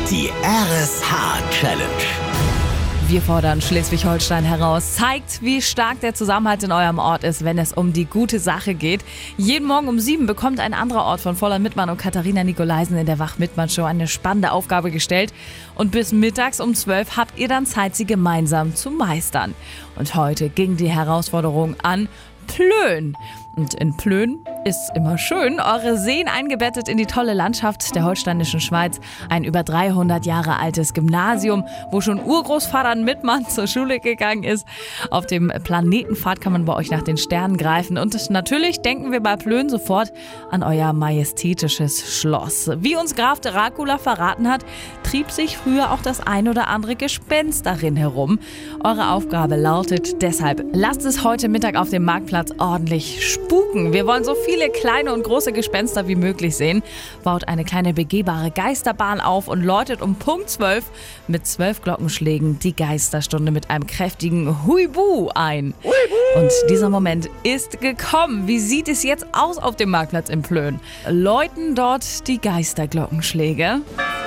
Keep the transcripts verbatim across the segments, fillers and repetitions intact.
Die R S H-Challenge. Wir fordern Schleswig-Holstein heraus. Zeigt, wie stark der Zusammenhalt in eurem Ort ist, wenn es um die gute Sache geht. Jeden Morgen um sieben bekommt ein anderer Ort von Volland Mittmann und Katharina Nikolaisen in der Wach-Mittmann-Show eine spannende Aufgabe gestellt. Und bis mittags um zwölf habt ihr dann Zeit, sie gemeinsam zu meistern. Und heute ging die Herausforderung an Plön. Und in Plön ist immer schön, eure Seen eingebettet in die tolle Landschaft der holsteinischen Schweiz. Ein über dreihundert Jahre altes Gymnasium, wo schon Urgroßvater Mittmann zur Schule gegangen ist. Auf dem Planetenpfad kann man bei euch nach den Sternen greifen. Und natürlich denken wir bei Plön sofort an euer majestätisches Schloss. Wie uns Graf Dracula verraten hat, trieb sich früher auch das ein oder andere Gespenst darin herum. Eure Aufgabe lautet deshalb, lasst es heute Mittag auf dem Marktplatz ordentlich spuken. Wir wollen so viele kleine und große Gespenster wie möglich sehen. Baut eine kleine begehbare Geisterbahn auf und läutet um Punkt zwölf mit zwölf Glockenschlägen die Geisterstunde mit einem kräftigen Huibu ein. Und dieser Moment ist gekommen. Wie sieht es jetzt aus auf dem Marktplatz in Plön? Läuten dort die Geisterglockenschläge?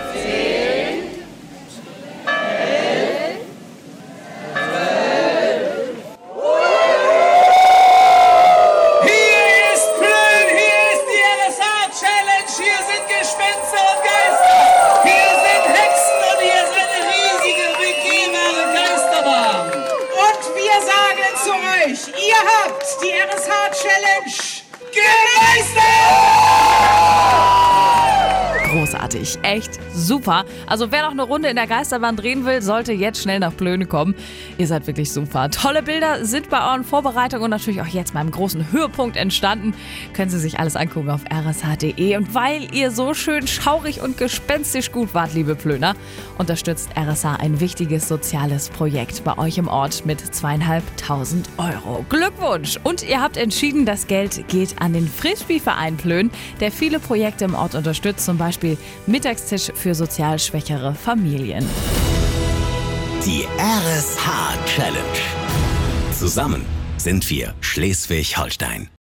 Ihr habt die R S H-Challenge gemeistert! Großartig, echt super. Also wer noch eine Runde in der Geisterbahn drehen will, sollte jetzt schnell nach Plön kommen. Ihr seid wirklich super. Tolle Bilder sind bei euren Vorbereitungen und natürlich auch jetzt beim großen Höhepunkt entstanden. Können Sie sich alles angucken auf r s h punkt d e. Und weil ihr so schön schaurig und gespenstisch gut wart, liebe Plöner, unterstützt R S H ein wichtiges soziales Projekt bei euch im Ort mit zweieinhalbtausend Euro. Glückwunsch! Und ihr habt entschieden, das Geld geht an den Frisbee-Verein Plön, der viele Projekte im Ort unterstützt, zum Beispiel Mittagstisch für sozial schwächere Familien. Die R S H-Challenge. Zusammen sind wir Schleswig-Holstein.